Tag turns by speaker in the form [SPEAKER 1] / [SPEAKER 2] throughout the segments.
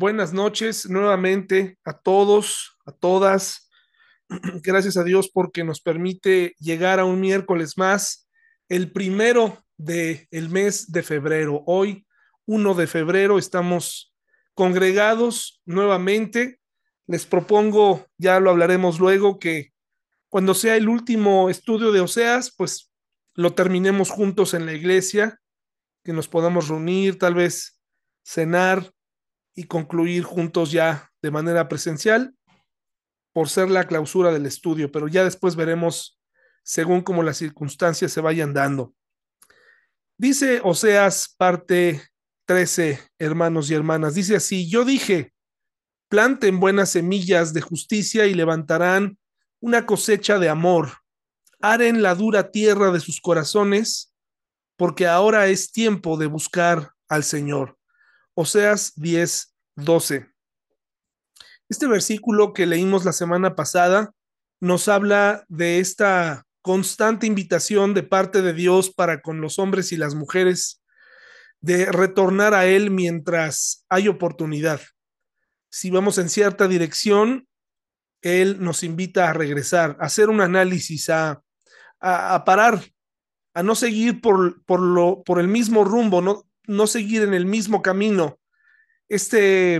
[SPEAKER 1] buenas noches nuevamente a todos, a todas. Gracias a Dios porque nos permite llegar a un miércoles más, el primero del mes de febrero. Hoy, 1 de febrero, estamos congregados nuevamente. Les propongo, ya lo hablaremos luego, que cuando sea el último estudio de Oseas, pues lo terminemos juntos en la iglesia, que nos podamos reunir, tal vez cenar y concluir juntos ya de manera presencial por ser la clausura del estudio, pero ya después veremos según como las circunstancias se vayan dando. Dice Oseas, parte 13, hermanos y hermanas, dice así: yo dije, planten buenas semillas de justicia y levantarán una cosecha de amor, aren la dura tierra de sus corazones, porque ahora es tiempo de buscar al Señor. Oseas 10:12. Este versículo que leímos la semana pasada nos habla de esta constante invitación de parte de Dios para con los hombres y las mujeres de retornar a Él mientras hay oportunidad. Si vamos en cierta dirección, Él nos invita a regresar, a hacer un análisis, a parar, a no seguir por el mismo rumbo, no seguir en el mismo camino. Este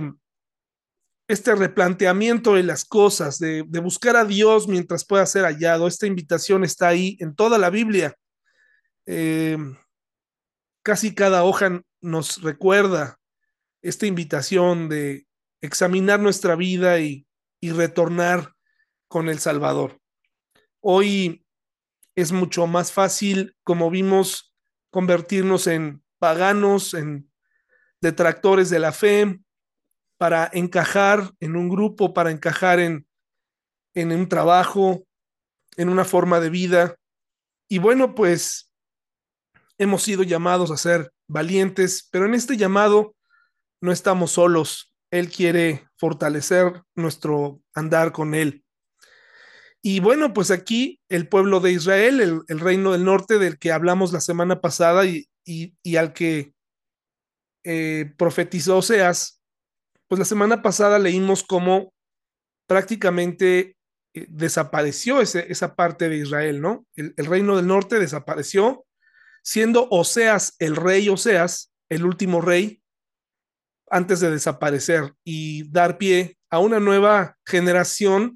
[SPEAKER 1] replanteamiento de las cosas, de buscar a Dios mientras pueda ser hallado. Esta invitación está ahí en toda la Biblia. Eh, Casi cada hoja nos recuerda esta invitación de examinar nuestra vida y retornar con el Salvador. Hoy es mucho más fácil, como vimos, convertirnos en paganos, en detractores de la fe, para encajar en un grupo, para encajar en un trabajo, en una forma de vida. Y bueno, pues hemos sido llamados a ser valientes, pero en este llamado no estamos solos. Él quiere fortalecer nuestro andar con Él. Y bueno, pues aquí el pueblo de Israel, el reino del norte del que hablamos la semana pasada y al que profetizó Oseas, pues la semana pasada leímos cómo prácticamente desapareció esa parte de Israel, ¿no? El reino del norte desapareció, siendo Oseas, el rey Oseas, el último rey, antes de desaparecer y dar pie a una nueva generación,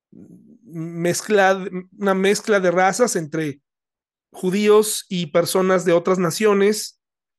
[SPEAKER 1] una mezcla de razas entre judíos y personas de otras naciones,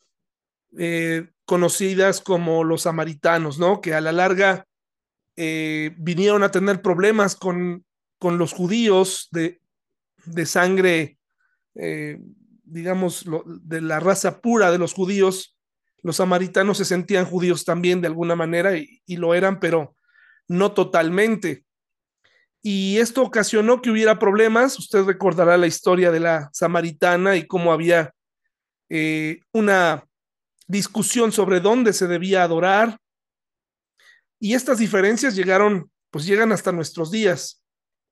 [SPEAKER 1] conocidas como los samaritanos, ¿no? Que a la larga vinieron a tener problemas con los judíos de sangre, eh, digamos, de la raza pura de los judíos. Los samaritanos se sentían judíos también de alguna manera y lo eran, pero no totalmente. Y esto ocasionó que hubiera problemas. Usted recordará la historia de la samaritana y cómo había una discusión sobre dónde se debía adorar. Y estas diferencias llegan hasta nuestros días.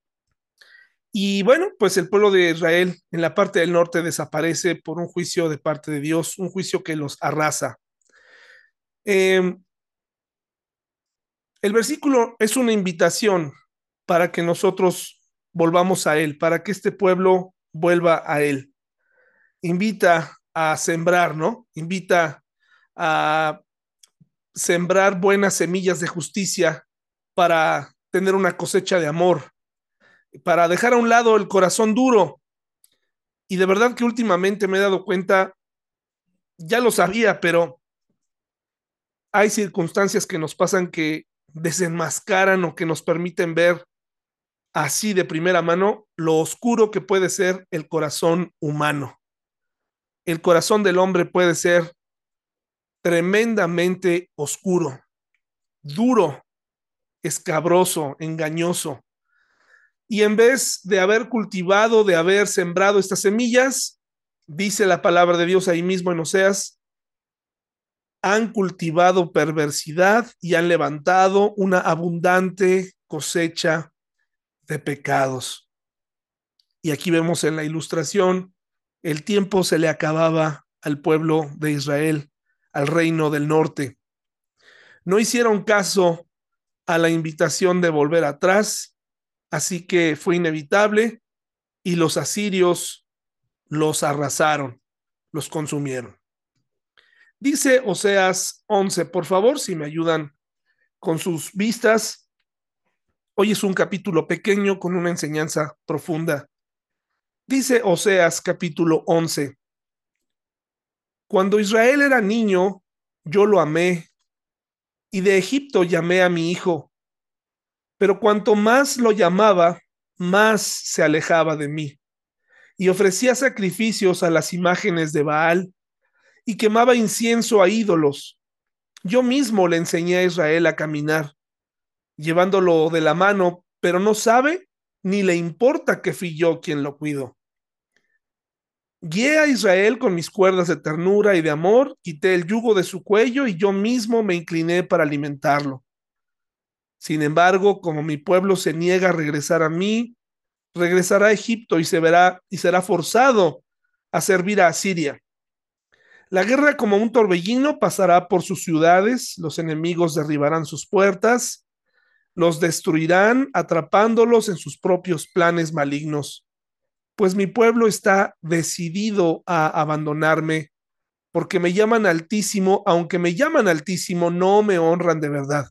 [SPEAKER 1] Y bueno, pues el pueblo de Israel en la parte del norte desaparece por un juicio de parte de Dios, un juicio que los arrasa. Eh, el versículo es una invitación para que nosotros volvamos a Él, para que este pueblo vuelva a Él. Invita a sembrar, ¿no? Invita a sembrar buenas semillas de justicia para tener una cosecha de amor, para dejar a un lado el corazón duro. Y de verdad que últimamente me he dado cuenta, ya lo sabía, pero hay circunstancias que nos pasan que desenmascaran o que nos permiten ver así de primera mano lo oscuro que puede ser el corazón humano. El corazón del hombre puede ser tremendamente oscuro, duro, escabroso, engañoso. Y en vez de haber cultivado, de haber sembrado estas semillas, dice la palabra de Dios ahí mismo en Oseas, han cultivado perversidad y han levantado una abundante cosecha de pecados. Y aquí vemos en la ilustración, el tiempo se le acababa al pueblo de Israel, al reino del norte. No hicieron caso a la invitación de volver atrás, así que fue inevitable y los asirios los arrasaron, los consumieron. Dice Oseas 11, por favor, si me ayudan con sus vistas. Hoy es un capítulo pequeño con una enseñanza profunda. Dice Oseas capítulo 11, cuando Israel era niño, yo lo amé, y de Egipto llamé a mi hijo, pero cuanto más lo llamaba, más se alejaba de mí, y ofrecía sacrificios a las imágenes de Baal, y quemaba incienso a ídolos. Yo mismo le enseñé a Israel a caminar, llevándolo de la mano, pero no sabe ni le importa que fui yo quien lo cuido. Guié a Israel con mis cuerdas de ternura y de amor, quité el yugo de su cuello y yo mismo me incliné para alimentarlo. Sin embargo, como mi pueblo se niega a regresar a mí, regresará a Egipto y será forzado a servir a Asiria. La guerra como un torbellino pasará por sus ciudades, los enemigos derribarán sus puertas, los destruirán atrapándolos en sus propios planes malignos, pues mi pueblo está decidido a abandonarme, porque me llaman altísimo, aunque me llaman altísimo, no me honran de verdad.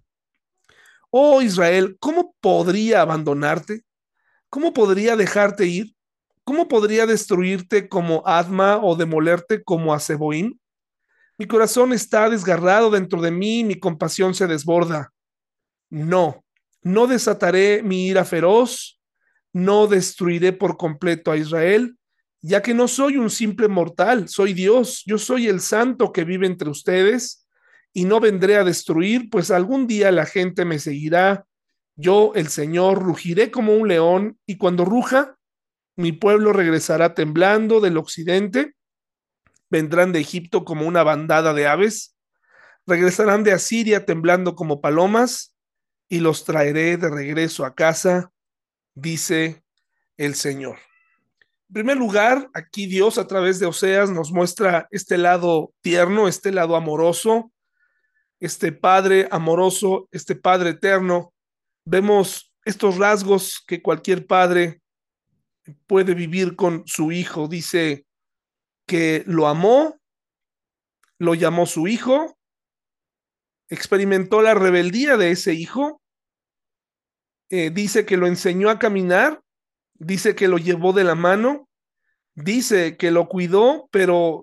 [SPEAKER 1] Oh Israel, ¿cómo podría abandonarte? ¿Cómo podría dejarte ir? ¿Cómo podría destruirte como Adma o demolerte como a Zeboim? Mi corazón está desgarrado dentro de mí, mi compasión se desborda. No, no desataré mi ira feroz, no destruiré por completo a Israel, ya que no soy un simple mortal, soy Dios, yo soy el santo que vive entre ustedes, y no vendré a destruir, pues algún día la gente me seguirá. Yo, el Señor, rugiré como un león, y cuando ruja, mi pueblo regresará temblando del occidente, vendrán de Egipto como una bandada de aves, regresarán de Asiria temblando como palomas, y los traeré de regreso a casa, dice el Señor. En primer lugar, aquí Dios a través de Oseas nos muestra este lado tierno, este lado amoroso, este Padre amoroso, este Padre eterno. Vemos estos rasgos que cualquier padre puede vivir con su hijo. Dice que lo amó, lo llamó su hijo, experimentó la rebeldía de ese hijo, dice que lo enseñó a caminar, dice que lo llevó de la mano, dice que lo cuidó, pero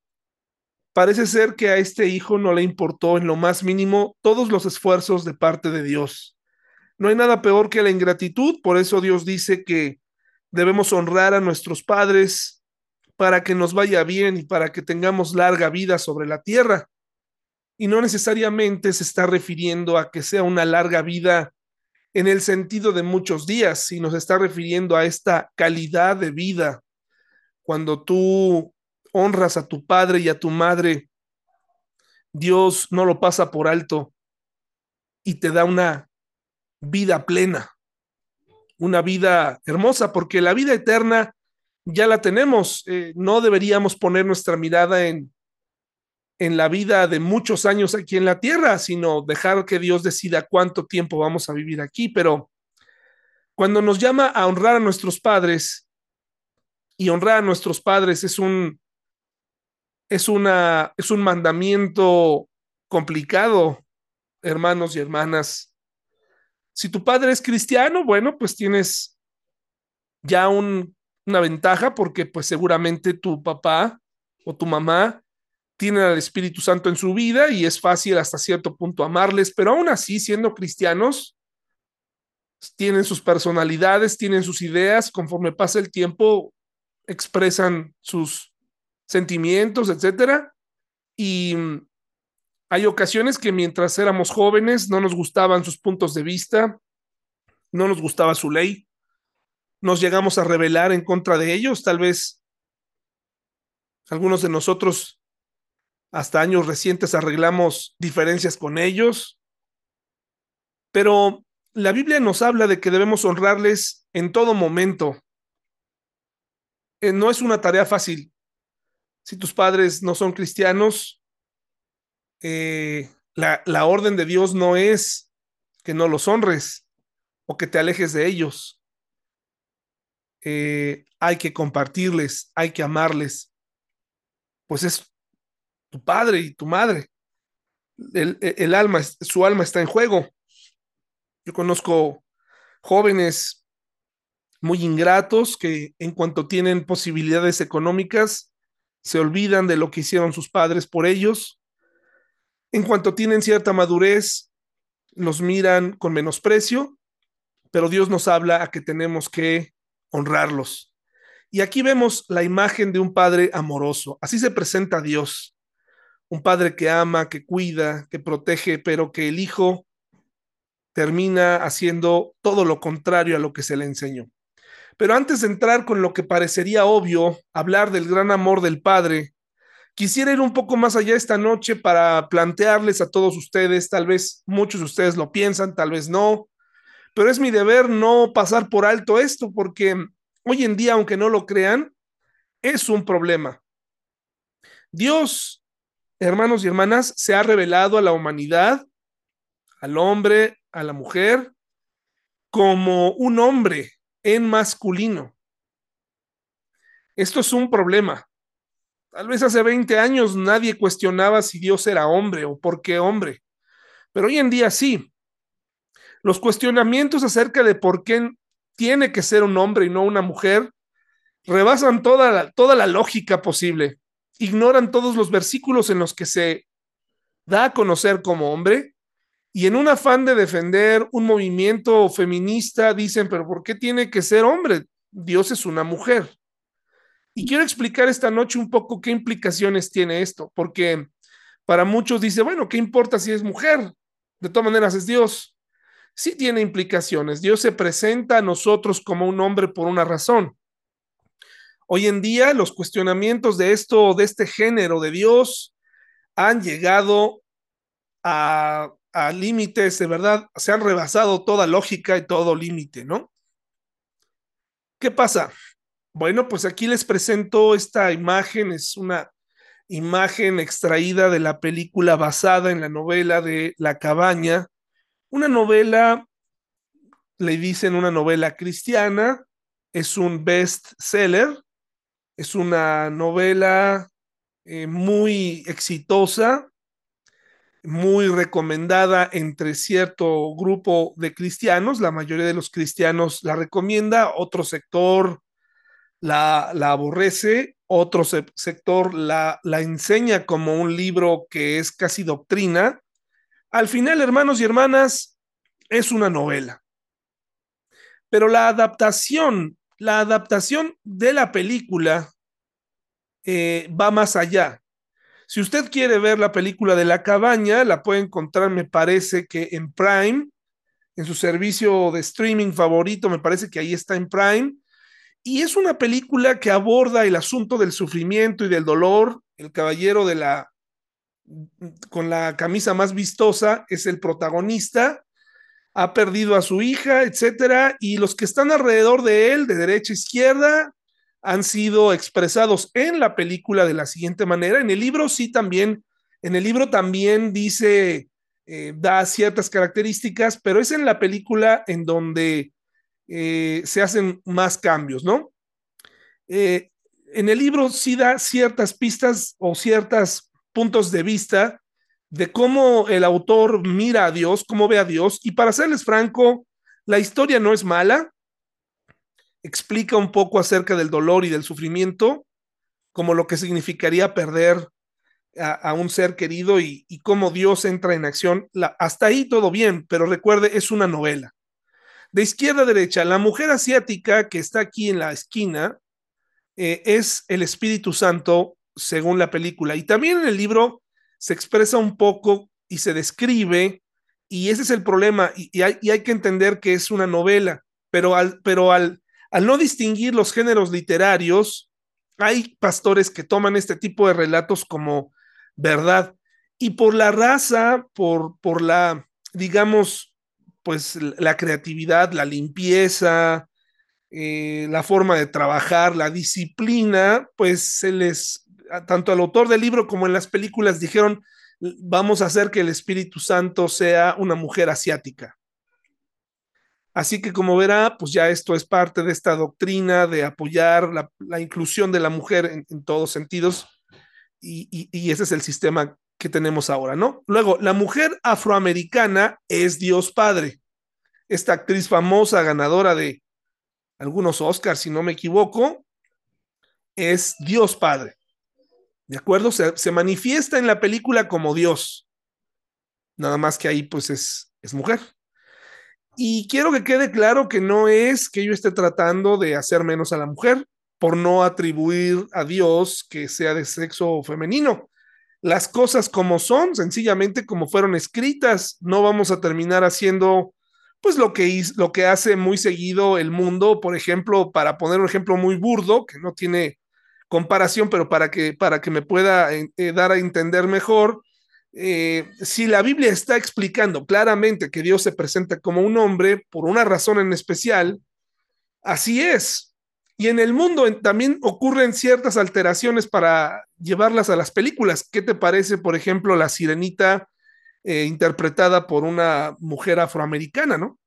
[SPEAKER 1] parece ser que a este hijo no le importó en lo más mínimo todos los esfuerzos de parte de Dios. No hay nada peor que la ingratitud, por eso Dios dice que debemos honrar a nuestros padres para que nos vaya bien y para que tengamos larga vida sobre la tierra. Y no necesariamente se está refiriendo a que sea una larga vida en el sentido de muchos días, sino se está refiriendo a esta calidad de vida. Cuando tú honras a tu padre y a tu madre, Dios no lo pasa por alto y te da una vida plena, una vida hermosa, porque la vida eterna ya la tenemos. No deberíamos poner nuestra mirada en la vida de muchos años aquí en la tierra, sino dejar que Dios decida cuánto tiempo vamos a vivir aquí. Pero cuando nos llama a honrar a nuestros padres, y honrar a nuestros padres es un mandamiento complicado, hermanos y hermanas. Si tu padre es cristiano, bueno, pues tienes ya una ventaja porque pues seguramente tu papá o tu mamá tienen al Espíritu Santo en su vida y es fácil hasta cierto punto amarles, pero aún así, siendo cristianos, tienen sus personalidades, tienen sus ideas, conforme pasa el tiempo, expresan sus sentimientos, etcétera. Y hay ocasiones que mientras éramos jóvenes no nos gustaban sus puntos de vista, no nos gustaba su ley, nos llegamos a rebelar en contra de ellos, tal vez algunos de nosotros hasta años recientes arreglamos diferencias con ellos, pero la Biblia nos habla de que debemos honrarles en todo momento. No es una tarea fácil. Si tus padres no son cristianos, La orden de Dios no es que no los honres o que te alejes de ellos. Hay que compartirles, hay que amarles, pues es tu padre y tu madre. El alma, su alma está en juego. Yo conozco jóvenes muy ingratos que en cuanto tienen posibilidades económicas, se olvidan de lo que hicieron sus padres por ellos. En cuanto tienen cierta madurez, los miran con menosprecio, pero Dios nos habla a que tenemos que honrarlos. Y aquí vemos la imagen de un padre amoroso. Así se presenta Dios. Un padre que ama, que cuida, que protege, pero que el hijo termina haciendo todo lo contrario a lo que se le enseñó. Pero antes de entrar con lo que parecería obvio, hablar del gran amor del Padre, quisiera ir un poco más allá esta noche para plantearles a todos ustedes, tal vez muchos de ustedes lo piensan, tal vez no, pero es mi deber no pasar por alto esto, porque hoy en día, aunque no lo crean, es un problema. Dios, hermanos y hermanas, se ha revelado a la humanidad, al hombre, a la mujer, como un hombre en masculino. Esto es un problema. Tal vez hace 20 años nadie cuestionaba si Dios era hombre o por qué hombre, pero hoy en día sí. Los cuestionamientos acerca de por qué tiene que ser un hombre y no una mujer rebasan toda la lógica posible. Ignoran todos los versículos en los que se da a conocer como hombre y en un afán de defender un movimiento feminista dicen, pero ¿por qué tiene que ser hombre? Dios es una mujer. Y quiero explicar esta noche un poco qué implicaciones tiene esto, porque para muchos dice, bueno, ¿qué importa si es mujer? De todas maneras es Dios. Sí tiene implicaciones. Dios se presenta a nosotros como un hombre por una razón. Hoy en día los cuestionamientos de esto, de este género de Dios, han llegado a límites, de verdad, se han rebasado toda lógica y todo límite, ¿no? ¿Qué pasa? Bueno, pues aquí les presento esta imagen, es una imagen extraída de la película basada en la novela de La Cabaña, una novela, le dicen una novela cristiana, es un best seller, es una novela muy exitosa, muy recomendada entre cierto grupo de cristianos, la mayoría de los cristianos la recomienda, otro sector la aborrece, otro sector la enseña como un libro que es casi doctrina. Al final, hermanos y hermanas, es una novela. Pero la adaptación de la película va más allá. Si usted quiere ver la película de La Cabaña, la puede encontrar, me parece que en Prime, en su servicio de streaming favorito, me parece que ahí está en Prime. Y es una película que aborda el asunto del sufrimiento y del dolor. El caballero con la camisa más vistosa es el protagonista, ha perdido a su hija, etcétera, y los que están alrededor de él, de derecha a izquierda, han sido expresados en la película de la siguiente manera. En el libro sí también, en el libro también dice, da ciertas características, pero es en la película en donde se hacen más cambios, ¿no? Eh, en el libro sí da ciertas pistas o ciertos puntos de vista de cómo el autor mira a Dios, cómo ve a Dios. Y para serles franco, la historia no es mala, explica un poco acerca del dolor y del sufrimiento, como lo que significaría perder a un ser querido y cómo Dios entra en acción. Hasta ahí todo bien, pero recuerde, es una novela. De izquierda a derecha, la mujer asiática que está aquí en la esquina es el Espíritu Santo según la película. Y también en el libro se expresa un poco y se describe, y ese es el problema, y hay que entender que es una novela, al no distinguir los géneros literarios, hay pastores que toman este tipo de relatos como verdad. Y por la raza, por la, digamos, pues la creatividad, la limpieza, la forma de trabajar, la disciplina, pues tanto al autor del libro como en las películas dijeron, vamos a hacer que el Espíritu Santo sea una mujer asiática. Así que como verá, pues ya esto es parte de esta doctrina de apoyar la inclusión de la mujer en todos sentidos y ese es el sistema que tenemos ahora, ¿no? Luego, la mujer afroamericana es Dios Padre. Esta actriz famosa, ganadora de algunos Oscars, si no me equivoco, es Dios Padre. ¿De acuerdo? Se manifiesta en la película como Dios. Nada más que ahí pues es mujer. Y quiero que quede claro que no es que yo esté tratando de hacer menos a la mujer por no atribuir a Dios que sea de sexo femenino. Las cosas como son, sencillamente como fueron escritas, no vamos a terminar haciendo pues lo que hace muy seguido el mundo, por ejemplo, para poner un ejemplo muy burdo, que no tiene comparación, pero para que me pueda dar a entender mejor, si la Biblia está explicando claramente que Dios se presenta como un hombre por una razón en especial, así es. Y en el mundo también ocurren ciertas alteraciones para llevarlas a las películas. ¿Qué te parece, por ejemplo, La Sirenita interpretada por una mujer afroamericana, ¿no?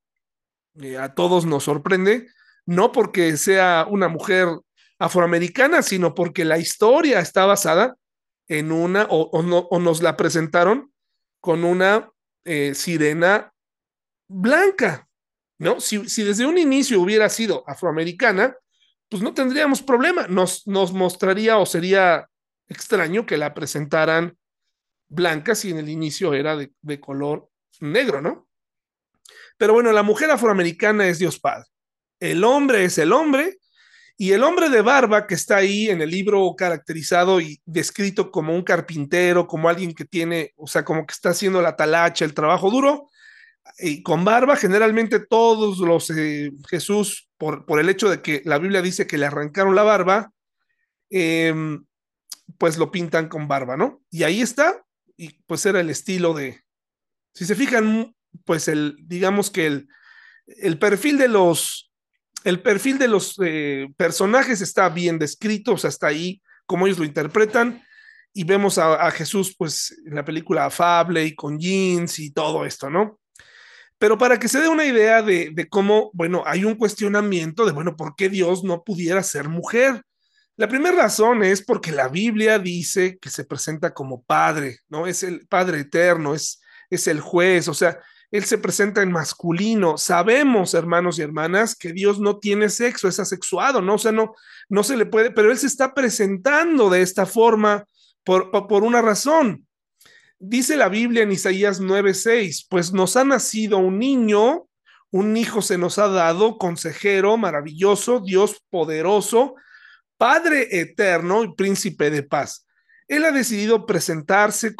[SPEAKER 1] A todos nos sorprende, no porque sea una mujer afroamericana, sino porque la historia está basada en una, o nos la presentaron con una sirena blanca, ¿no? Si desde un inicio hubiera sido afroamericana, pues no tendríamos problema, nos mostraría o sería extraño que la presentaran blanca si en el inicio era de color negro, ¿no? Pero bueno, la mujer afroamericana es Dios Padre. El hombre es el hombre y el hombre de barba que está ahí en el libro caracterizado y descrito como un carpintero, como alguien que tiene, o sea, como que está haciendo la talacha, el trabajo duro, y con barba, generalmente todos los Jesús, por el hecho de que la Biblia dice que le arrancaron la barba, eh, pues lo pintan con barba, ¿no? Y ahí está, y pues era el estilo de, si se fijan, pues digamos que el perfil de los, el perfil de los personajes está bien descrito, o sea, está ahí como ellos lo interpretan, y vemos a Jesús, pues, en la película afable y con jeans y todo esto, ¿no? Pero para que se dé una idea de cómo, bueno, hay un cuestionamiento de, bueno, ¿por qué Dios no pudiera ser mujer? La primera razón es porque la Biblia dice que se presenta como padre, ¿no? Es el padre eterno, es el juez, o sea, él se presenta en masculino. Sabemos, hermanos y hermanas, que Dios no tiene sexo, es asexuado, ¿no? O sea, no se le puede, pero él se está presentando de esta forma por una razón. Dice la Biblia en Isaías 9:6, pues nos ha nacido un niño, un hijo se nos ha dado, consejero maravilloso, Dios poderoso, Padre eterno y príncipe de paz. Él ha decidido presentarse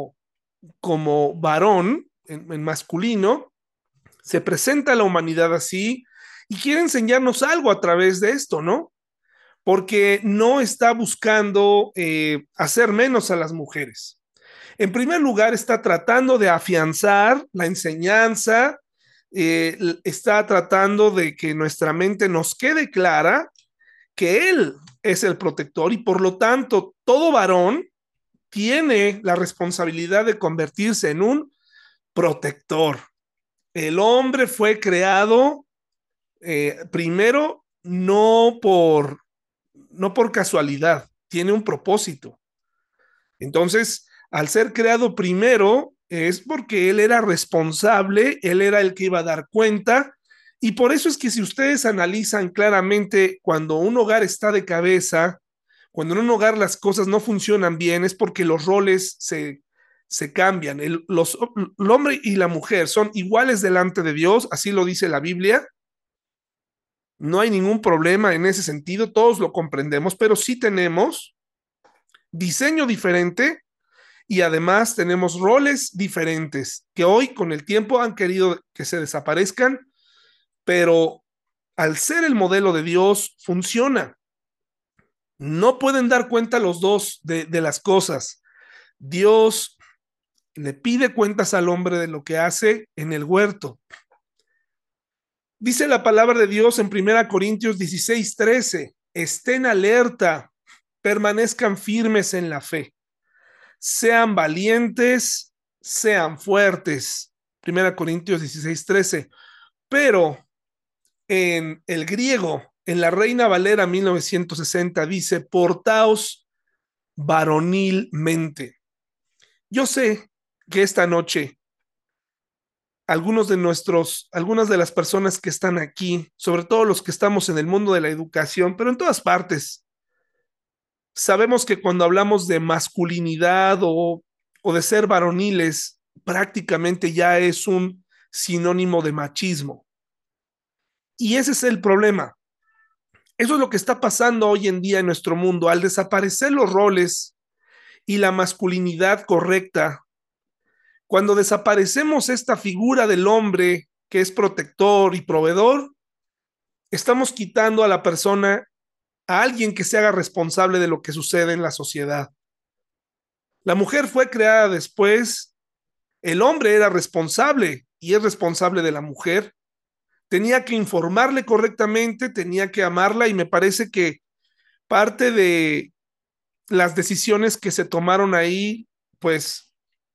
[SPEAKER 1] como varón en masculino, se presenta a la humanidad así y quiere enseñarnos algo a través de esto, ¿no? Porque no está buscando hacer menos a las mujeres. En primer lugar, está tratando de afianzar la enseñanza, está tratando de que nuestra mente nos quede clara que Él es el protector y por lo tanto todo varón tiene la responsabilidad de convertirse en un protector. El hombre fue creado primero no por casualidad, tiene un propósito. Entonces, al ser creado primero, es porque él era responsable, él era el que iba a dar cuenta, y por eso es que si ustedes analizan claramente cuando un hogar está de cabeza, cuando en un hogar las cosas no funcionan bien, es porque los roles se cambian. El hombre y la mujer son iguales delante de Dios, así lo dice la Biblia. No hay ningún problema en ese sentido, todos lo comprendemos, pero sí tenemos diseño diferente y además tenemos roles diferentes que hoy con el tiempo han querido que se desaparezcan, pero al ser el modelo de Dios funciona. No pueden dar cuenta los dos de las cosas. Dios le pide cuentas al hombre de lo que hace en el huerto. Dice la palabra de Dios en 1 Corintios 16:13, estén alerta, permanezcan firmes en la fe. sean valientes, sean fuertes. 1 Corintios 16:13. Pero en el griego, en la Reina Valera 1960, dice, portaos varonilmente. Yo sé que esta noche algunas de las personas que están aquí, sobre todo los que estamos en el mundo de la educación, pero en todas partes, sabemos que cuando hablamos de masculinidad o de ser varoniles, prácticamente ya es un sinónimo de machismo. Y ese es el problema. Eso es lo que está pasando hoy en día en nuestro mundo. Al desaparecer los roles y la masculinidad correcta, cuando desaparecemos esta figura del hombre que es protector y proveedor, estamos quitando a la persona, a alguien que se haga responsable de lo que sucede en la sociedad. La mujer fue creada después, el hombre era responsable y es responsable de la mujer, tenía que informarle correctamente, tenía que amarla y me parece que parte de las decisiones que se tomaron ahí, pues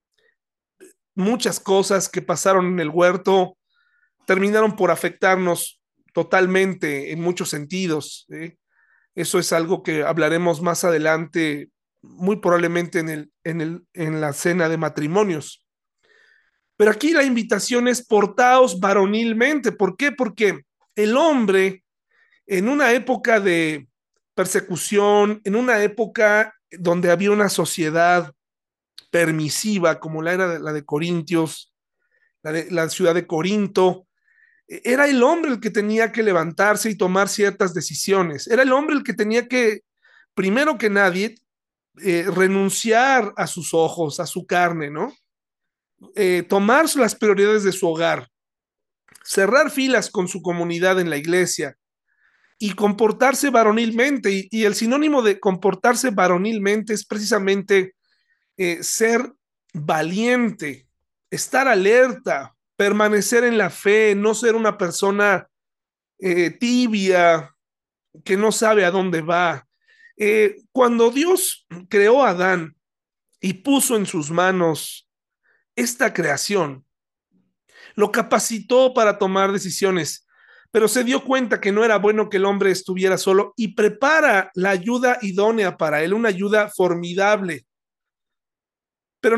[SPEAKER 1] muchas cosas que pasaron en el huerto terminaron por afectarnos totalmente en muchos sentidos. Eso es algo que hablaremos más adelante, muy probablemente en la cena de matrimonios. Pero aquí la invitación es portaos varonilmente. ¿Por qué? Porque el hombre, en una época de persecución, en una época donde había una sociedad permisiva, como la era la de Corintios, la ciudad de Corinto, era el hombre el que tenía que levantarse y tomar ciertas decisiones. Era el hombre el que tenía que, primero que nadie, renunciar a sus ojos, a su carne, ¿no? Tomar las prioridades de su hogar, cerrar filas con su comunidad en la iglesia y comportarse varonilmente. Y el sinónimo de comportarse varonilmente es precisamente ser valiente, estar alerta, permanecer en la fe, no ser una persona tibia, que no sabe a dónde va. Cuando Dios creó a Adán y puso en sus manos esta creación, lo capacitó para tomar decisiones, pero se dio cuenta que no era bueno que el hombre estuviera solo y prepara la ayuda idónea para él, una ayuda formidable. Pero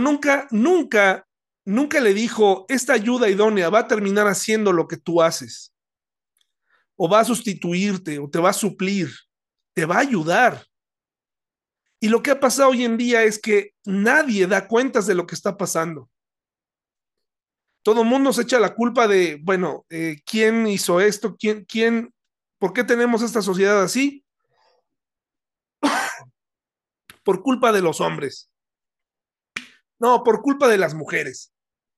[SPEAKER 1] nunca le dijo, esta ayuda idónea va a terminar haciendo lo que tú haces, o va a sustituirte, o te va a suplir, te va a ayudar. Y lo que ha pasado hoy en día es que nadie da cuentas de lo que está pasando. Todo el mundo se echa la culpa de, bueno, ¿quién hizo esto? ¿Por qué tenemos esta sociedad así? Por culpa de los hombres. No, por culpa de las mujeres.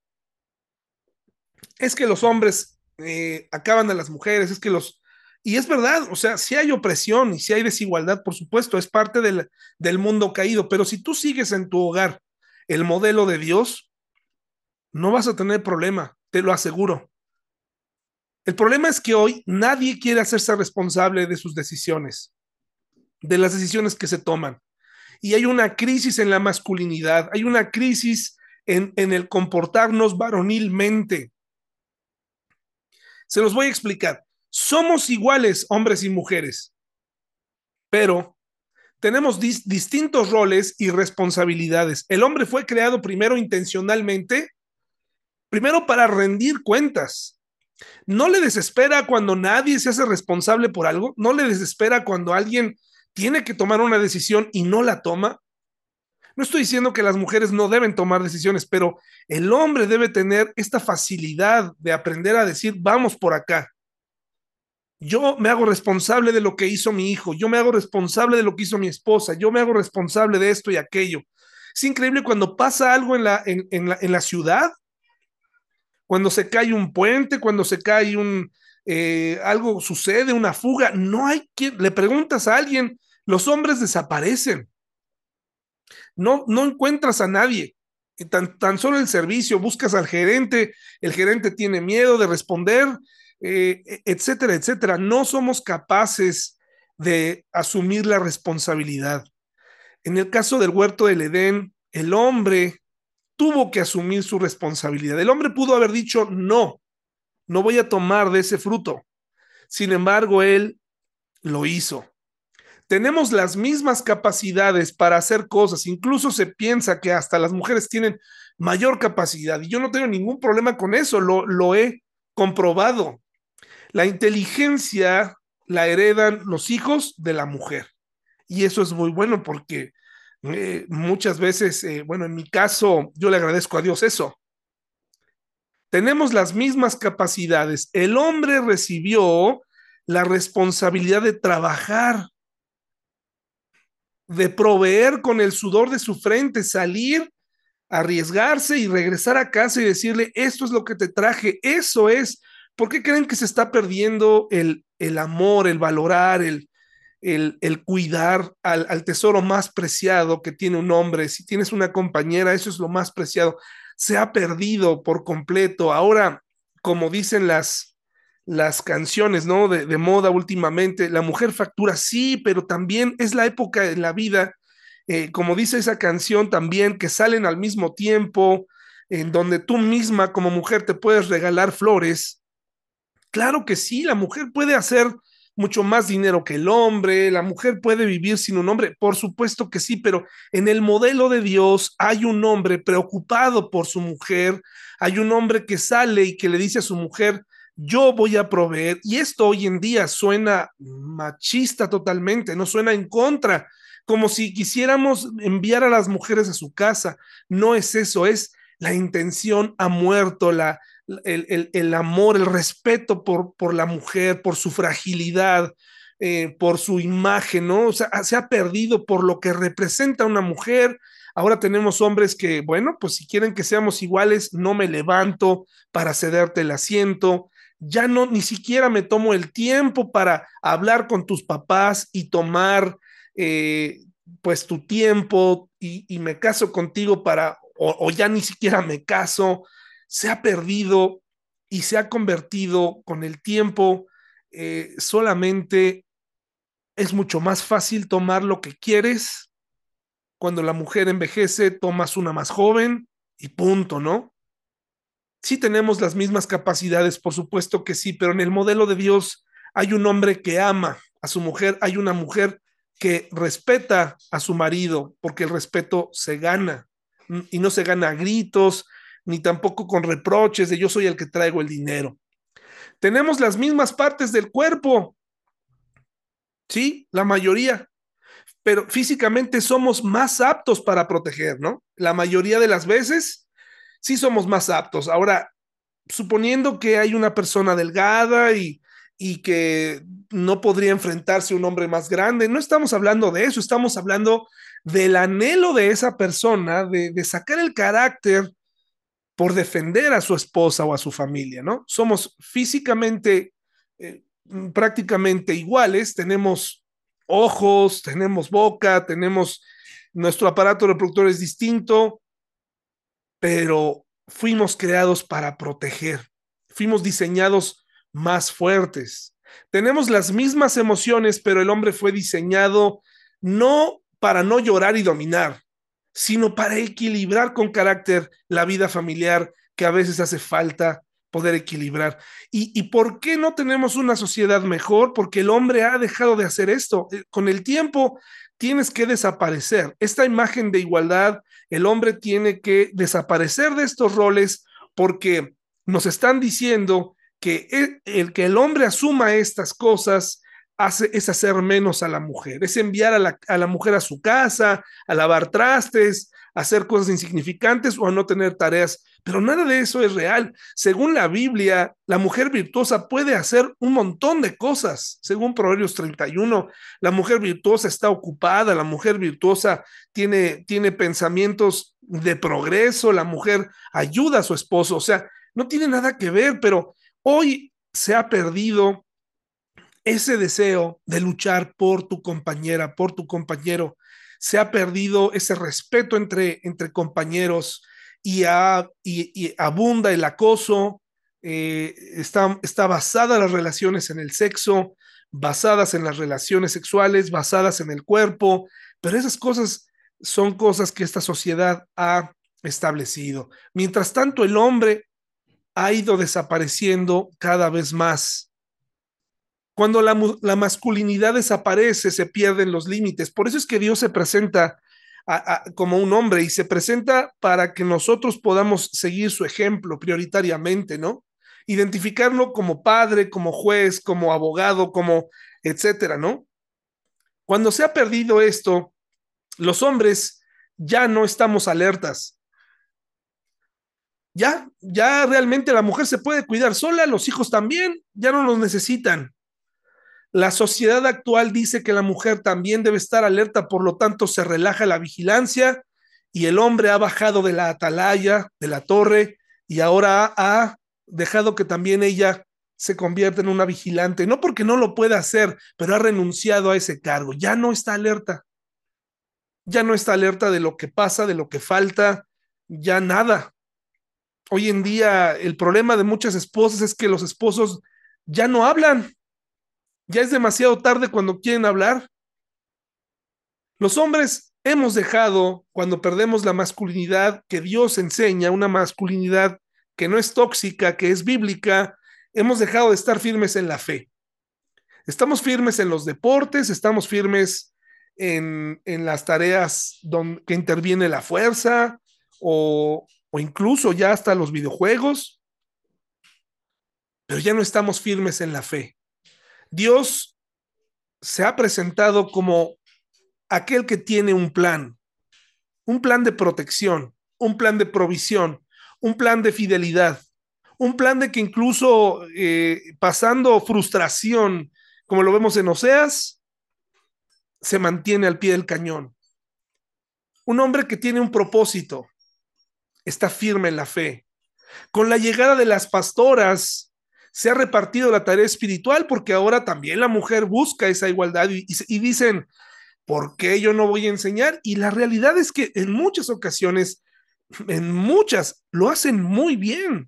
[SPEAKER 1] Es que los hombres acaban a las mujeres, es que los... Y es verdad, o sea, si hay opresión y si hay desigualdad, por supuesto, es parte del mundo caído, pero si tú sigues en tu hogar el modelo de Dios, no vas a tener problema, te lo aseguro. El problema es que hoy nadie quiere hacerse responsable de sus decisiones, de las decisiones que se toman. Y hay una crisis en la masculinidad, hay una crisis en el comportarnos varonilmente. Se los voy a explicar. Somos iguales hombres y mujeres, pero tenemos distintos roles y responsabilidades. El hombre fue creado primero intencionalmente, primero para rendir cuentas. No le desespera cuando nadie se hace responsable por algo, no le desespera cuando alguien tiene que tomar una decisión y no la toma. No estoy diciendo que las mujeres no deben tomar decisiones, pero el hombre debe tener esta facilidad de aprender a decir, vamos por acá. Yo me hago responsable de lo que hizo mi hijo, yo me hago responsable de lo que hizo mi esposa, yo me hago responsable de esto y aquello. Es increíble cuando pasa algo en la ciudad, cuando se cae un puente, cuando se cae algo sucede, una fuga, no hay quien, le preguntas a alguien, los hombres desaparecen, no encuentras a nadie. Tan solo el servicio, buscas al gerente, el gerente tiene miedo de responder, etcétera, etcétera. No somos capaces de asumir la responsabilidad. En el caso del huerto del Edén, el hombre tuvo que asumir su responsabilidad. El hombre pudo haber dicho, no, no voy a tomar de ese fruto. Sin embargo, él lo hizo. Tenemos las mismas capacidades para hacer cosas. Incluso se piensa que hasta las mujeres tienen mayor capacidad. Y yo no tengo ningún problema con eso. Lo he comprobado. La inteligencia la heredan los hijos de la mujer. Y eso es muy bueno porque muchas veces, bueno, en mi caso, yo le agradezco a Dios eso. Tenemos las mismas capacidades. El hombre recibió la responsabilidad de trabajar, de proveer con el sudor de su frente, salir, arriesgarse y regresar a casa y decirle, esto es lo que te traje, eso es. ¿Por qué creen que se está perdiendo el amor, el valorar, el cuidar al tesoro más preciado que tiene un hombre? Si tienes una compañera, eso es lo más preciado. Se ha perdido por completo. Ahora, como dicen las canciones, ¿no? De moda últimamente, la mujer factura, sí, pero también es la época de la vida, como dice esa canción también, que salen al mismo tiempo, en donde tú misma como mujer te puedes regalar flores. Claro que sí, la mujer puede hacer mucho más dinero que el hombre, la mujer puede vivir sin un hombre, por supuesto que sí, pero en el modelo de Dios hay un hombre preocupado por su mujer, hay un hombre que sale y que le dice a su mujer, yo voy a proveer, y esto hoy en día suena machista totalmente, no suena en contra, como si quisiéramos enviar a las mujeres a su casa, no es eso, es la intención ha muerto, el amor, el respeto por la mujer, por su fragilidad, por su imagen, ¿no? O sea, se ha perdido por lo que representa una mujer. Ahora tenemos hombres que, bueno, pues si quieren que seamos iguales, no me levanto para cederte el asiento, ya no, ni siquiera me tomo el tiempo para hablar con tus papás y tomar, pues, tu tiempo y me caso contigo o ya ni siquiera me caso. Se ha perdido y se ha convertido con el tiempo, solamente es mucho más fácil tomar lo que quieres. Cuando la mujer envejece, tomas una más joven y punto, ¿no? Sí tenemos las mismas capacidades, por supuesto que sí, pero en el modelo de Dios hay un hombre que ama a su mujer, hay una mujer que respeta a su marido, porque el respeto se gana y no se gana a gritos, ni tampoco con reproches de yo soy el que traigo el dinero. Tenemos las mismas partes del cuerpo, sí, la mayoría, pero físicamente somos más aptos para proteger, ¿no? La mayoría de las veces sí somos más aptos. Ahora, suponiendo que hay una persona delgada y que no podría enfrentarse a un hombre más grande, no estamos hablando de eso, estamos hablando del anhelo de esa persona de sacar el carácter por defender a su esposa o a su familia, ¿no? Somos físicamente prácticamente iguales, tenemos ojos, tenemos boca, tenemos nuestro aparato reproductor es distinto, pero fuimos creados para proteger, fuimos diseñados más fuertes. Tenemos las mismas emociones, pero el hombre fue diseñado no para no llorar y dominar, sino para equilibrar con carácter la vida familiar que a veces hace falta poder equilibrar. ¿Y por qué no tenemos una sociedad mejor? Porque el hombre ha dejado de hacer esto. Con el tiempo tienes que desaparecer. Esta imagen de igualdad, el hombre tiene que desaparecer de estos roles porque nos están diciendo que el que el hombre asuma estas cosas es hacer menos a la mujer, es enviar a la mujer a su casa, a lavar trastes, a hacer cosas insignificantes o a no tener tareas. Pero nada de eso es real. Según la Biblia, la mujer virtuosa puede hacer un montón de cosas. Según Proverbios 31, la mujer virtuosa está ocupada, la mujer virtuosa tiene pensamientos de progreso, la mujer ayuda a su esposo. O sea, no tiene nada que ver, pero hoy se ha perdido ese deseo de luchar por tu compañera, por tu compañero. Se ha perdido ese respeto entre compañeros y abunda el acoso. Está basada las relaciones en el sexo, basadas en las relaciones sexuales, basadas en el cuerpo, pero esas cosas son cosas que esta sociedad ha establecido. Mientras tanto, el hombre ha ido desapareciendo cada vez más. Cuando la masculinidad desaparece, se pierden los límites. Por eso es que Dios se presenta como un hombre y se presenta para que nosotros podamos seguir su ejemplo prioritariamente, ¿no? Identificarlo como padre, como juez, como abogado, como etcétera, ¿no? Cuando se ha perdido esto, los hombres ya no estamos alertas. Ya realmente la mujer se puede cuidar sola, los hijos también, ya no los necesitan. La sociedad actual dice que la mujer también debe estar alerta, por lo tanto se relaja la vigilancia y el hombre ha bajado de la atalaya, de la torre, y ahora ha dejado que también ella se convierta en una vigilante, no porque no lo pueda hacer, pero ha renunciado a ese cargo, ya no está alerta de lo que pasa, de lo que falta, ya nada. Hoy en día el problema de muchas esposas es que los esposos ya no hablan, ya es demasiado tarde cuando quieren hablar. Los hombres hemos dejado, cuando perdemos la masculinidad que Dios enseña, una masculinidad que no es tóxica, que es bíblica, hemos dejado de estar firmes en la fe. Estamos firmes en los deportes, estamos firmes en las tareas que interviene la fuerza o incluso ya hasta los videojuegos, pero ya no estamos firmes en la fe. Dios se ha presentado como aquel que tiene un plan de protección, un plan de provisión, un plan de fidelidad, un plan de que incluso pasando frustración, como lo vemos en Oseas, se mantiene al pie del cañón. Un hombre que tiene un propósito, está firme en la fe. Con la llegada de las pastoras, se ha repartido la tarea espiritual porque ahora también la mujer busca esa igualdad y dicen, ¿por qué yo no voy a enseñar? Y la realidad es que en muchas ocasiones, en muchas, lo hacen muy bien.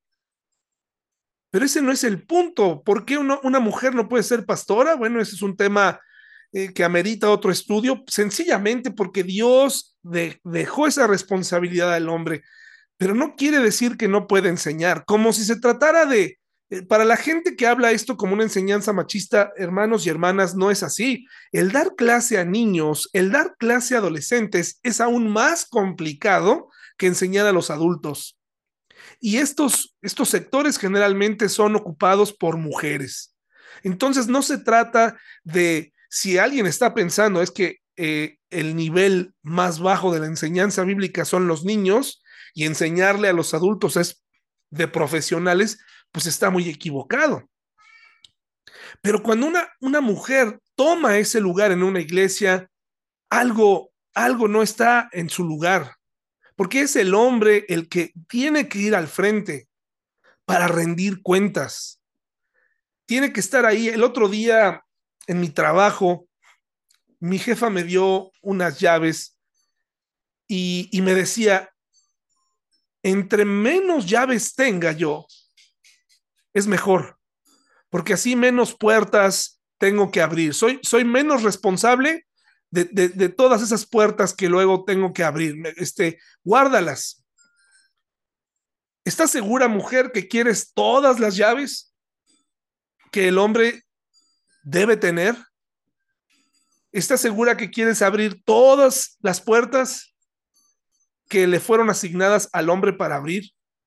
[SPEAKER 1] Pero ese no es el punto. ¿Por qué una mujer no puede ser pastora? Bueno, ese es un tema que amerita otro estudio, sencillamente porque Dios dejó esa responsabilidad al hombre, pero no quiere decir que no puede enseñar, como si se tratara para la gente que habla esto como una enseñanza machista, hermanos y hermanas, no es así. El dar clase a niños, el dar clase a adolescentes es aún más complicado que enseñar a los adultos. Y estos sectores generalmente son ocupados por mujeres. Entonces no se trata de si alguien está pensando es que el nivel más bajo de la enseñanza bíblica son los niños y enseñarle a los adultos es de profesionales, pues está muy equivocado. Pero cuando una mujer toma ese lugar en una iglesia, algo no está en su lugar, porque es el hombre el que tiene que ir al frente para rendir cuentas. Tiene que estar ahí. El otro día en mi trabajo, mi jefa me dio unas llaves y me decía, entre menos llaves tenga yo, es mejor, porque así menos puertas tengo que abrir. Soy menos responsable de todas esas puertas que luego tengo que abrir. Guárdalas. ¿Estás segura, mujer, que quieres todas las llaves que el hombre debe tener? ¿Estás segura que quieres abrir todas las puertas que le fueron asignadas al hombre para abrir?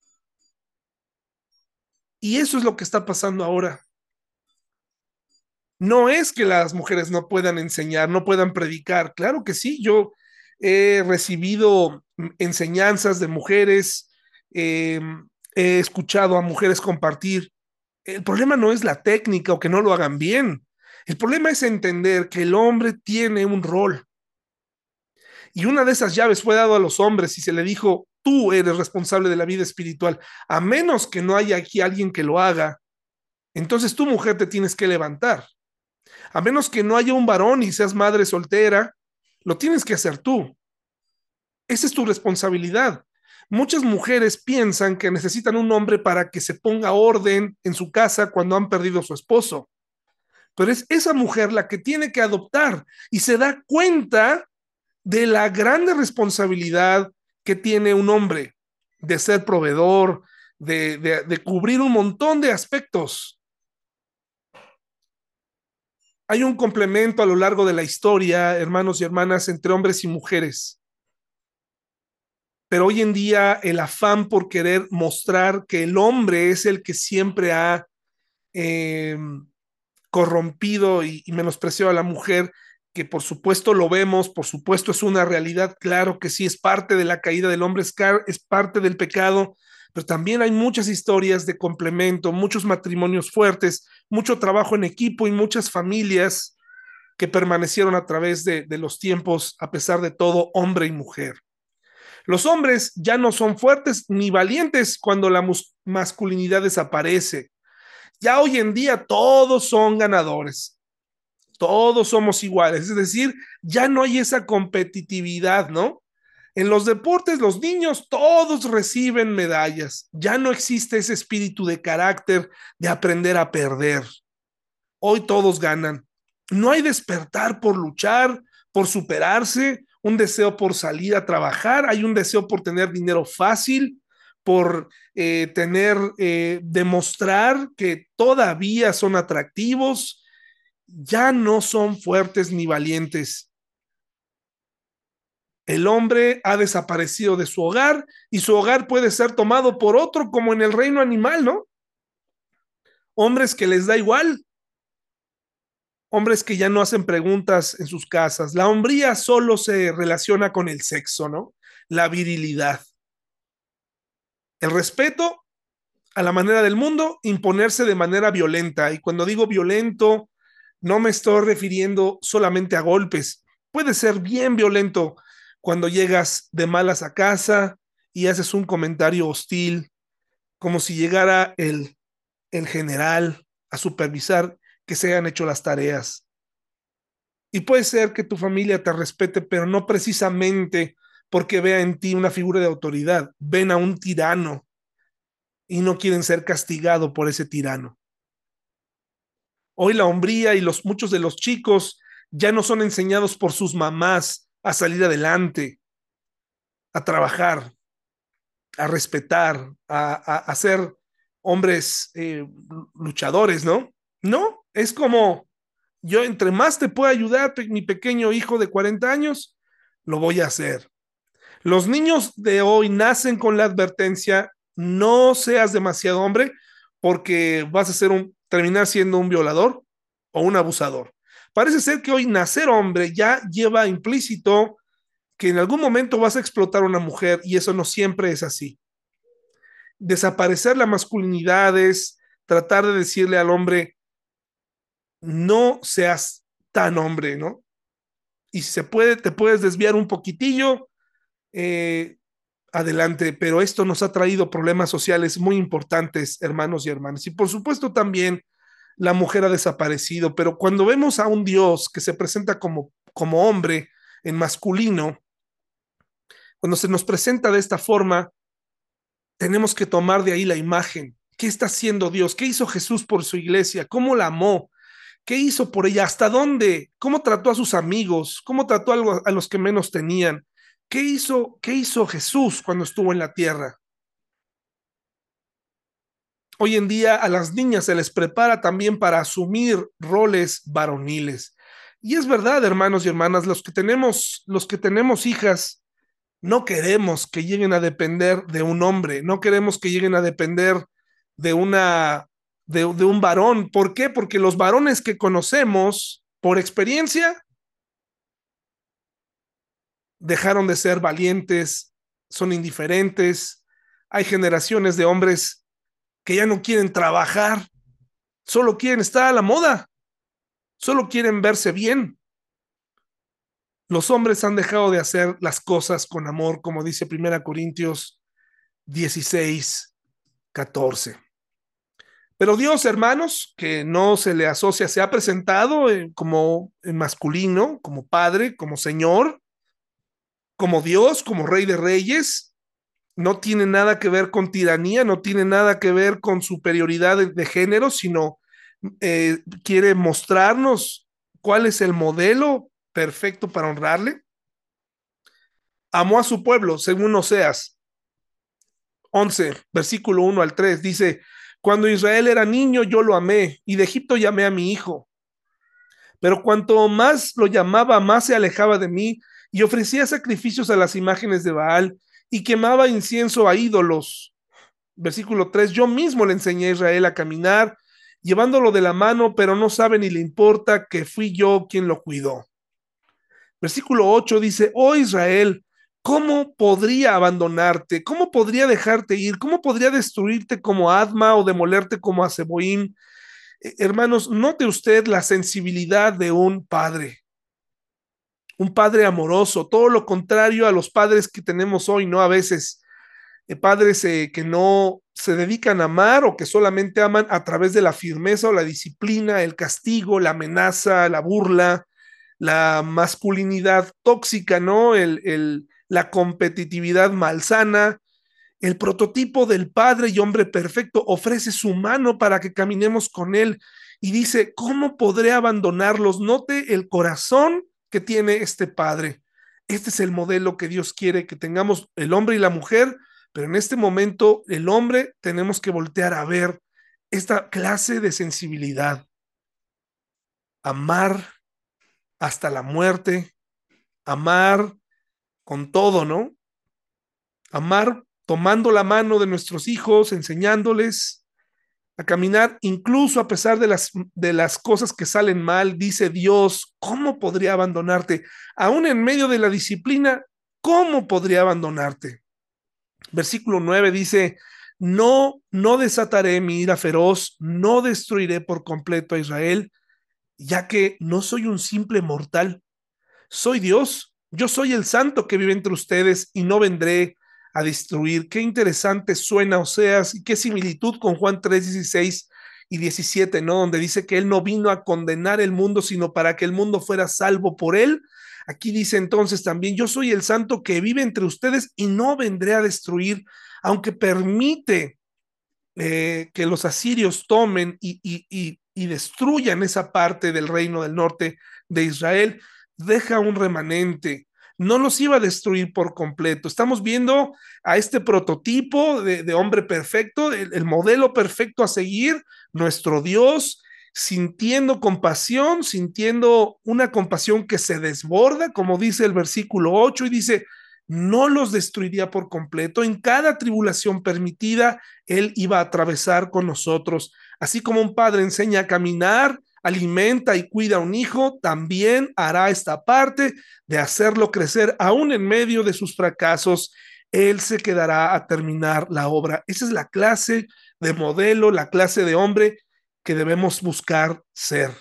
[SPEAKER 1] Y eso es lo que está pasando ahora. No es que las mujeres no puedan enseñar, no puedan predicar. Claro que sí, yo he recibido enseñanzas de mujeres, eh, he escuchado a mujeres compartir. El problema no es la técnica o que no lo hagan bien. El problema es entender que el hombre tiene un rol. Y una de esas llaves fue dado a los hombres y se le dijo, tú eres responsable de la vida espiritual. A menos que no haya aquí alguien que lo haga, entonces tu mujer te tienes que levantar. A menos que no haya un varón y seas madre soltera, lo tienes que hacer tú. Esa es tu responsabilidad. Muchas mujeres piensan que necesitan un hombre para que se ponga orden en su casa cuando han perdido a su esposo. Pero es esa mujer la que tiene que adoptar y se da cuenta de la grande responsabilidad que tiene un hombre de ser proveedor, de cubrir un montón de aspectos. Hay un complemento a lo largo de la historia, hermanos y hermanas, entre hombres y mujeres. Pero hoy en día el afán por querer mostrar que el hombre es el que siempre ha eh, corrompido y menospreciado a la mujer, que por supuesto lo vemos, por supuesto es una realidad, claro que sí, es parte de la caída del hombre, es parte del pecado, pero también hay muchas historias de complemento, muchos matrimonios fuertes, mucho trabajo en equipo y muchas familias que permanecieron a través de los tiempos, a pesar de todo, hombre y mujer. Los hombres ya no son fuertes ni valientes cuando la masculinidad desaparece. Ya hoy en día todos son ganadores, todos somos iguales, es decir, ya no hay esa competitividad, ¿no? En los deportes, los niños todos reciben medallas, ya no existe ese espíritu de carácter de aprender a perder. Hoy todos ganan. No hay despertar por luchar, por superarse, un deseo por salir a trabajar, hay un deseo por tener dinero fácil, por demostrar que todavía son atractivos, ya no son fuertes ni valientes. El hombre ha desaparecido de su hogar y su hogar puede ser tomado por otro como en el reino animal, ¿no? Hombres que les da igual, hombres que ya no hacen preguntas en sus casas. La hombría solo se relaciona con el sexo, ¿no? La virilidad. El respeto a la manera del mundo, imponerse de manera violenta. Y cuando digo violento, no me estoy refiriendo solamente a golpes. Puede ser bien violento cuando llegas de malas a casa y haces un comentario hostil, como si llegara el general a supervisar que se hayan hecho las tareas. Y puede ser que tu familia te respete, pero no precisamente porque vea en ti una figura de autoridad. Ven a un tirano y no quieren ser castigados por ese tirano. Hoy la hombría y muchos de los chicos ya no son enseñados por sus mamás a salir adelante, a trabajar, a respetar, a ser hombres luchadores, ¿no? No, es como yo entre más te pueda ayudar mi pequeño hijo de 40 años, lo voy a hacer. Los niños de hoy nacen con la advertencia, no seas demasiado hombre porque vas a terminar siendo un violador o un abusador. Parece ser que hoy nacer hombre ya lleva implícito que en algún momento vas a explotar a una mujer y eso no siempre es así. Desaparecer la masculinidad es tratar de decirle al hombre, no seas tan hombre, ¿no? Y si se puede, te puedes desviar un poquitillo, eh, adelante, pero esto nos ha traído problemas sociales muy importantes, hermanos y hermanas. Y por supuesto también la mujer ha desaparecido, pero cuando vemos a un Dios que se presenta como hombre en masculino, cuando se nos presenta de esta forma, tenemos que tomar de ahí la imagen. ¿Qué está haciendo Dios? ¿Qué hizo Jesús por su iglesia? ¿Cómo la amó? ¿Qué hizo por ella? ¿Hasta dónde? ¿Cómo trató a sus amigos? ¿Cómo trató a los que menos tenían? ¿Qué hizo Jesús cuando estuvo en la tierra? Hoy en día a las niñas se les prepara también para asumir roles varoniles. Y es verdad, hermanos y hermanas, los que tenemos hijas, no queremos que lleguen a depender de un hombre, no queremos que lleguen a depender de de un varón. ¿Por qué? Porque los varones que conocemos por experiencia dejaron de ser valientes, son indiferentes. Hay generaciones de hombres que ya no quieren trabajar, solo quieren estar a la moda, solo quieren verse bien. Los hombres han dejado de hacer las cosas con amor, como dice 1 Corintios 16, 14. Pero Dios, hermanos, que no se le asocia, se ha presentado como en masculino, como Padre, como Señor, como Dios, como Rey de Reyes. No tiene nada que ver con tiranía, no tiene nada que ver con superioridad de género, sino quiere mostrarnos cuál es el modelo perfecto para honrarle. amó a su pueblo, según Oseas 11, versículo 1 al 3, dice, cuando Israel era niño, yo lo amé, y de Egipto llamé a mi hijo. Pero cuanto más lo llamaba, más se alejaba de mí, y ofrecía sacrificios a las imágenes de Baal, y quemaba incienso a ídolos. Versículo 3, yo mismo le enseñé a Israel a caminar, llevándolo de la mano, pero no sabe ni le importa que fui yo quien lo cuidó. Versículo 8 dice, oh Israel, ¿cómo podría abandonarte? ¿Cómo podría dejarte ir? ¿Cómo podría destruirte como Adma o demolerte como a Zeboim? Hermanos, note usted la sensibilidad de un padre amoroso, todo lo contrario a los padres que tenemos hoy, ¿no? A veces, padres que no se dedican a amar o que solamente aman a través de la firmeza o la disciplina, el castigo, la amenaza, la burla, la masculinidad tóxica, ¿no? La competitividad malsana. El prototipo del padre y hombre perfecto ofrece su mano para que caminemos con él y dice, ¿cómo podré abandonarlos? Note el corazón que tiene este padre. Este es el modelo que Dios quiere que tengamos el hombre y la mujer, pero en este momento el hombre tenemos que voltear a ver esta clase de sensibilidad, amar hasta la muerte, amar con todo, ¿no? Amar tomando la mano de nuestros hijos, enseñándoles a caminar, incluso a pesar de las cosas que salen mal, dice Dios, ¿cómo podría abandonarte? Aún en medio de la disciplina, ¿cómo podría abandonarte? Versículo 9 dice, no desataré mi ira feroz, no destruiré por completo a Israel, ya que no soy un simple mortal, soy Dios, yo soy el santo que vive entre ustedes y no vendré a destruir. Qué interesante suena Oseas y qué similitud con Juan 3:16 y 17, ¿no? Donde dice que él no vino a condenar el mundo, sino para que el mundo fuera salvo por él. Aquí dice entonces también, yo soy el santo que vive entre ustedes y no vendré a destruir, aunque permite que los asirios tomen y destruyan esa parte del reino del norte de Israel, deja un remanente. No los iba a destruir por completo. Estamos viendo a este prototipo de hombre perfecto, el modelo perfecto a seguir, nuestro Dios, sintiendo compasión, sintiendo una compasión que se desborda, como dice el versículo 8, y dice, no los destruiría por completo. En cada tribulación permitida, Él iba a atravesar con nosotros. Así como un padre enseña a caminar, alimenta y cuida a un hijo, también hará esta parte de hacerlo crecer aún en medio de sus fracasos. Él se quedará a terminar la obra. Esa es la clase de modelo, la clase de hombre que debemos buscar ser.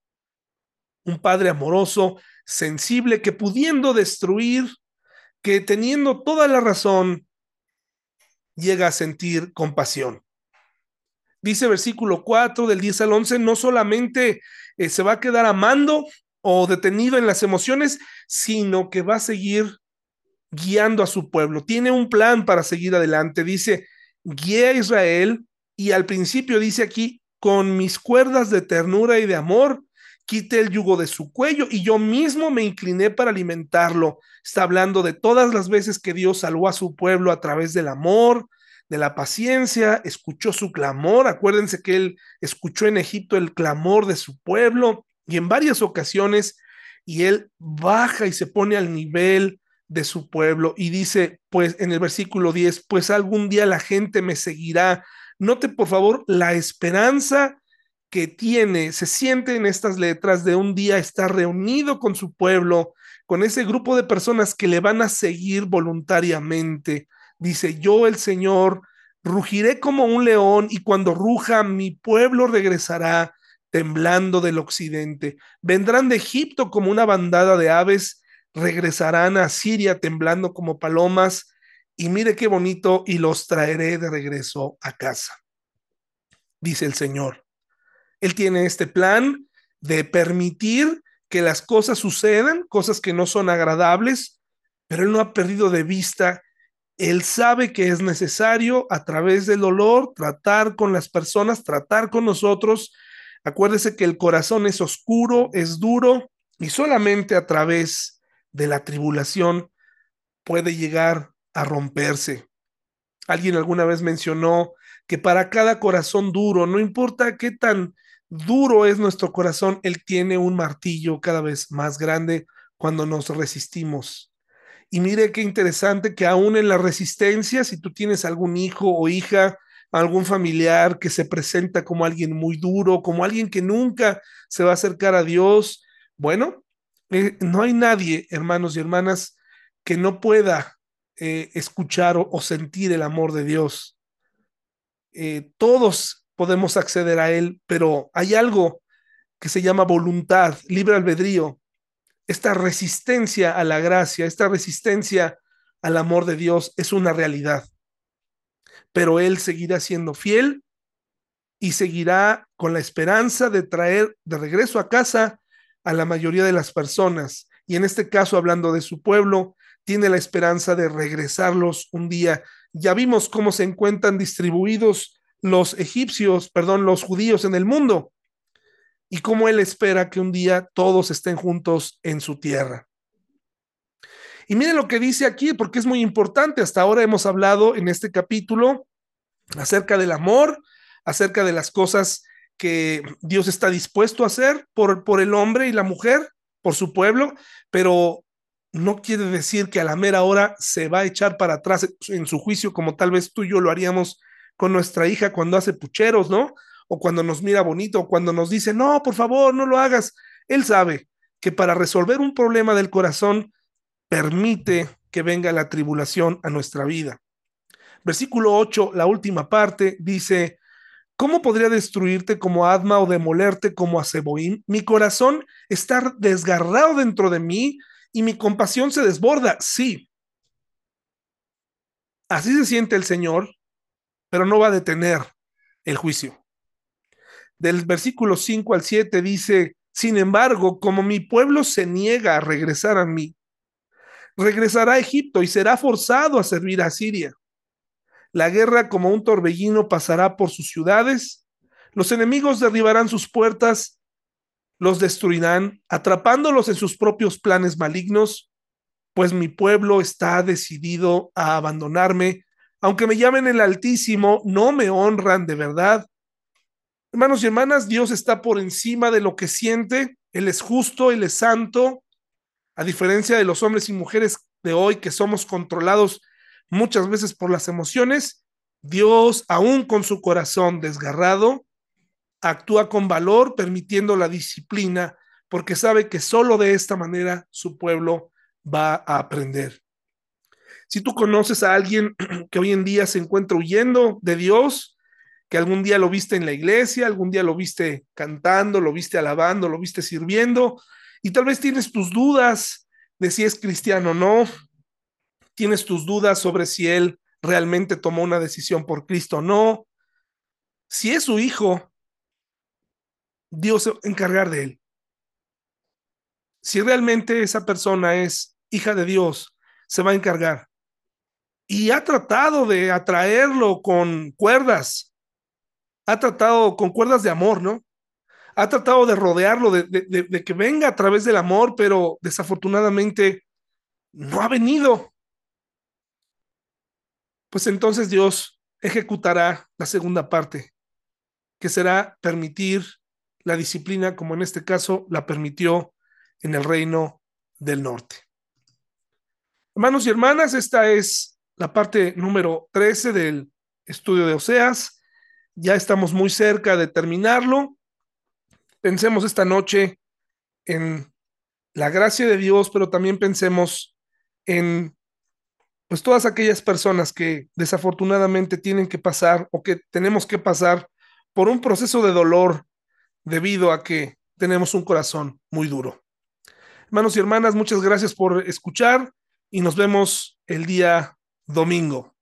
[SPEAKER 1] Un padre amoroso, sensible, que pudiendo destruir, que teniendo toda la razón, llega a sentir compasión. Dice versículo 4 del 10 al 11, no solamente se va a quedar amando o detenido en las emociones, sino que va a seguir guiando a su pueblo. Tiene un plan para seguir adelante. Dice, guía a Israel y al principio dice aquí, con mis cuerdas de ternura y de amor, quité el yugo de su cuello y yo mismo me incliné para alimentarlo. Está hablando de todas las veces que Dios salvó a su pueblo a través del amor, de la paciencia, escuchó su clamor. Acuérdense que él escuchó en Egipto el clamor de su pueblo y en varias ocasiones y él baja y se pone al nivel de su pueblo y dice, pues en el versículo 10, pues algún día la gente me seguirá. Note por favor la esperanza que tiene, se siente en estas letras de un día estar reunido con su pueblo, con ese grupo de personas que le van a seguir voluntariamente. Dice, yo el Señor rugiré como un león y cuando ruja mi pueblo regresará temblando del occidente. Vendrán de Egipto como una bandada de aves, regresarán a Siria temblando como palomas y mire qué bonito y los traeré de regreso a casa, dice el Señor. Él tiene este plan de permitir que las cosas sucedan, cosas que no son agradables, pero él no ha perdido de vista. Él sabe que es necesario a través del dolor tratar con las personas, tratar con nosotros. Acuérdese que el corazón es oscuro, es duro y solamente a través de la tribulación puede llegar a romperse. Alguien alguna vez mencionó que para cada corazón duro, no importa qué tan duro es nuestro corazón, Él tiene un martillo cada vez más grande cuando nos resistimos. Y mire qué interesante que aún en la resistencia, si tú tienes algún hijo o hija, algún familiar que se presenta como alguien muy duro, como alguien que nunca se va a acercar a Dios, bueno, no hay nadie, hermanos y hermanas, que no pueda escuchar o sentir el amor de Dios. Todos podemos acceder a Él, pero hay algo que se llama voluntad, libre albedrío, esta resistencia a la gracia, esta resistencia al amor de Dios es una realidad, pero Él seguirá siendo fiel y seguirá con la esperanza de traer de regreso a casa a la mayoría de las personas. Y en este caso, hablando de su pueblo, tiene la esperanza de regresarlos un día. Ya vimos cómo se encuentran distribuidos los egipcios, perdón, los judíos en el mundo y cómo Él espera que un día todos estén juntos en su tierra. Y miren lo que dice aquí, porque es muy importante. Hasta ahora hemos hablado en este capítulo acerca del amor, acerca de las cosas que Dios está dispuesto a hacer por el hombre y la mujer, por su pueblo, pero no quiere decir que a la mera hora se va a echar para atrás en su juicio, como tal vez tú y yo lo haríamos con nuestra hija cuando hace pucheros, ¿no? O cuando nos mira bonito, o cuando nos dice, no, por favor, no lo hagas. Él sabe que para resolver un problema del corazón permite que venga la tribulación a nuestra vida. Versículo 8, la última parte, dice, ¿cómo podría destruirte como Adma o demolerte como a Zeboim? Mi corazón está desgarrado dentro de mí y mi compasión se desborda. Sí, así se siente el Señor, pero no va a detener el juicio. Del versículo 5 al 7 dice, sin embargo, como mi pueblo se niega a regresar a mí, regresará a Egipto y será forzado a servir a Siria. La guerra como un torbellino pasará por sus ciudades, los enemigos derribarán sus puertas, los destruirán, atrapándolos en sus propios planes malignos, pues mi pueblo está decidido a abandonarme. Aunque me llamen el Altísimo, no me honran de verdad. Hermanos y hermanas, Dios está por encima de lo que siente. Él es justo, Él es santo, a diferencia de los hombres y mujeres de hoy que somos controlados muchas veces por las emociones. Dios, aún con su corazón desgarrado, actúa con valor, permitiendo la disciplina, porque sabe que solo de esta manera su pueblo va a aprender. Si tú conoces a alguien que hoy en día se encuentra huyendo de Dios, que algún día lo viste en la iglesia, algún día lo viste cantando, lo viste alabando, lo viste sirviendo, y tal vez tienes tus dudas de si es cristiano o no, tienes tus dudas sobre si él realmente tomó una decisión por Cristo o no, si es su hijo, Dios se va a encargar de él. Si realmente esa persona es hija de Dios, se va a encargar. Y ha tratado de atraerlo con cuerdas, ha tratado con cuerdas de amor, ¿no? Ha tratado de rodearlo, de que venga a través del amor, pero desafortunadamente no ha venido. Pues entonces Dios ejecutará la segunda parte, que será permitir la disciplina, como en este caso la permitió en el reino del norte. Hermanos y hermanas, esta es la parte número 13 del estudio de Oseas. Ya estamos muy cerca de terminarlo. Pensemos esta noche en la gracia de Dios, pero también pensemos en pues todas aquellas personas que desafortunadamente tienen que pasar o que tenemos que pasar por un proceso de dolor debido a que tenemos un corazón muy duro. Hermanos y hermanas, muchas gracias por escuchar y nos vemos el día domingo.